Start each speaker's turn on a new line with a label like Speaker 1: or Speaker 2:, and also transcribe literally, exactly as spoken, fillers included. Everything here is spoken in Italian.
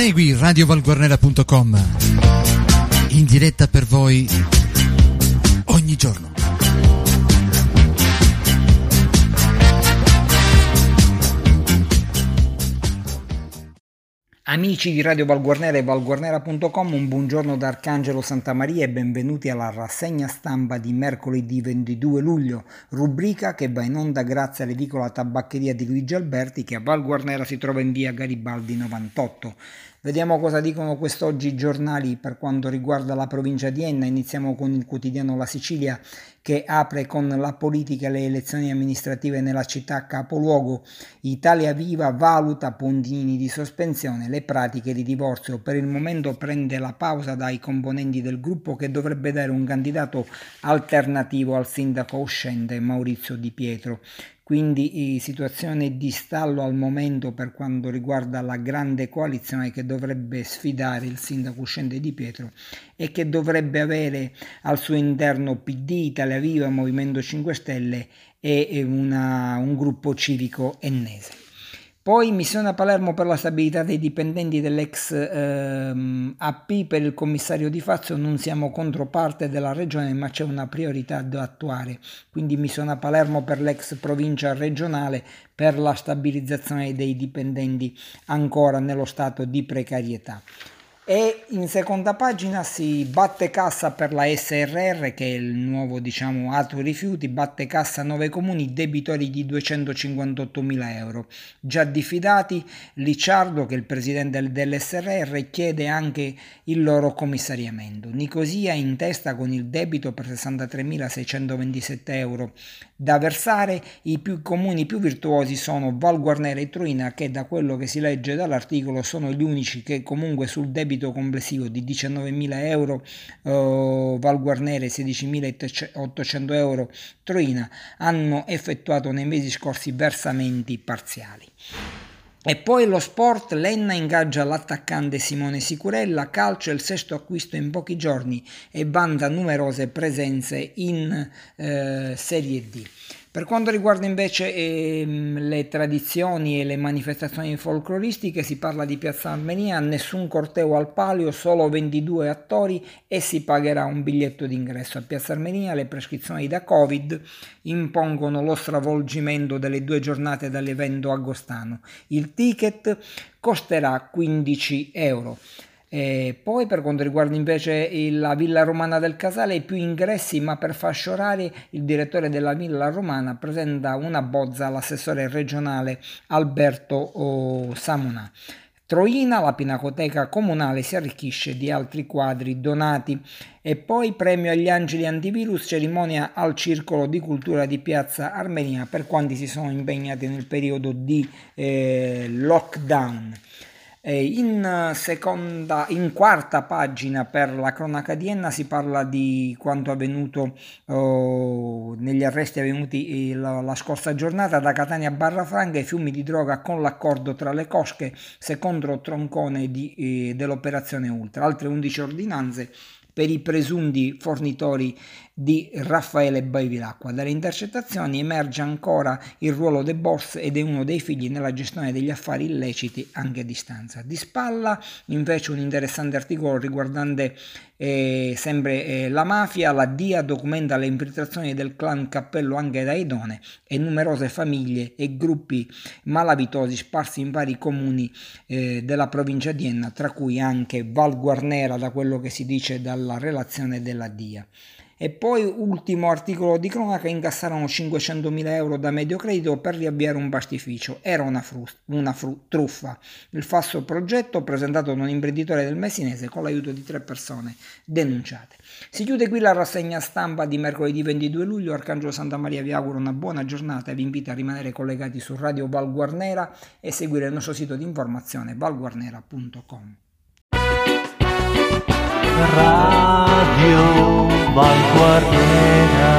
Speaker 1: Segui radio val guarnera punto com, in diretta per voi ogni giorno.
Speaker 2: Amici di Radio Val Guarnera e val guarnera punto com, un buongiorno da Arcangelo Santamaria e benvenuti alla rassegna stampa di mercoledì ventidue luglio, rubrica che va in onda grazie all'edicola tabaccheria di Luigi Alberti che a Val Guarnera si trova in via Garibaldi novantotto. Vediamo cosa dicono quest'oggi i giornali per quanto riguarda la provincia di Enna. Iniziamo con il quotidiano La Sicilia che apre con la politica e le elezioni amministrative nella città capoluogo. Italia Viva valuta puntini di sospensione, le pratiche di divorzio. Per il momento prende la pausa dai componenti del gruppo che dovrebbe dare un candidato alternativo al sindaco uscente Maurizio Di Pietro. Quindi situazione di stallo al momento per quanto riguarda la grande coalizione che dovrebbe sfidare il sindaco uscente Di Pietro e che dovrebbe avere al suo interno P D, Italia Viva, Movimento cinque Stelle e una, un gruppo civico ennese. Poi missione a Palermo per la stabilità dei dipendenti dell'ex ehm, A P. Per il commissario Di Fazio non siamo controparte della regione ma c'è una priorità da attuare, quindi missione a Palermo per l'ex provincia regionale per la stabilizzazione dei dipendenti ancora nello stato di precarietà. E in seconda pagina si batte cassa per la S R R, che è il nuovo diciamo Atto Rifiuti, batte cassa nove comuni, debitori di duecentocinquantottomila euro. Già diffidati, Licciardo, che è il presidente dell'S R R, chiede anche il loro commissariamento. Nicosia in testa con il debito per sessantatremilaseicentoventisette euro da versare. I più comuni più virtuosi sono Val Guarnera e Troina, che da quello che si legge dall'articolo sono gli unici che comunque sul debito complessivo di diciannovemila euro, uh, Val Guarnera sedicimilaottocento euro, Troina, hanno effettuato nei mesi scorsi versamenti parziali. E poi lo sport, l'Enna ingaggia l'attaccante Simone Sicurella, calcio il sesto acquisto in pochi giorni e vanta numerose presenze in eh, Serie D. Per quanto riguarda invece ehm, le tradizioni e le manifestazioni folcloristiche, si parla di Piazza Armenia, nessun corteo al palio, solo ventidue attori e si pagherà un biglietto d'ingresso. A Piazza Armenia le prescrizioni da Covid impongono lo stravolgimento delle due giornate dall'evento agostano. Il ticket costerà quindici euro. E poi per quanto riguarda invece la Villa Romana del Casale, più ingressi ma per fasce orarie, il direttore della Villa Romana presenta una bozza all'assessore regionale Alberto Samonà. Troina, la pinacoteca comunale si arricchisce di altri quadri donati. E poi premio agli angeli antivirus, cerimonia al Circolo di Cultura di Piazza Armenia per quanti si sono impegnati nel periodo di eh, lockdown. In seconda, in quarta pagina per la cronaca di Enna si parla di quanto avvenuto oh, negli arresti avvenuti la, la scorsa giornata da Catania a Barrafranca, i fiumi di droga con l'accordo tra le cosche secondo Troncone di, eh, dell'operazione Ultra, altre undici ordinanze per i presunti fornitori di Raffaele Bevilacqua. Dalle intercettazioni emerge ancora il ruolo dei boss ed è uno dei figli nella gestione degli affari illeciti anche a distanza. Di spalla invece un interessante articolo riguardante eh, sempre eh, la mafia. La D I A documenta le infiltrazioni del clan Cappello anche da Idone e numerose famiglie e gruppi malavitosi sparsi in vari comuni eh, della provincia di Enna, tra cui anche Val Guarnera, da quello che si dice dalla relazione della D I A. E poi ultimo articolo di cronaca, incassarono cinquecentomila euro da Mediocredito per riavviare un pastificio, era una, fru- una fru- truffa. Il falso progetto presentato da un imprenditore del Messinese con l'aiuto di tre persone denunciate. Si chiude qui la rassegna stampa di mercoledì ventidue luglio. Arcangelo Santamaria vi augura una buona giornata e vi invita a rimanere collegati su Radio Val Guarnera e seguire il nostro sito di informazione val guarnera punto com.
Speaker 3: Radio Val Guarnera.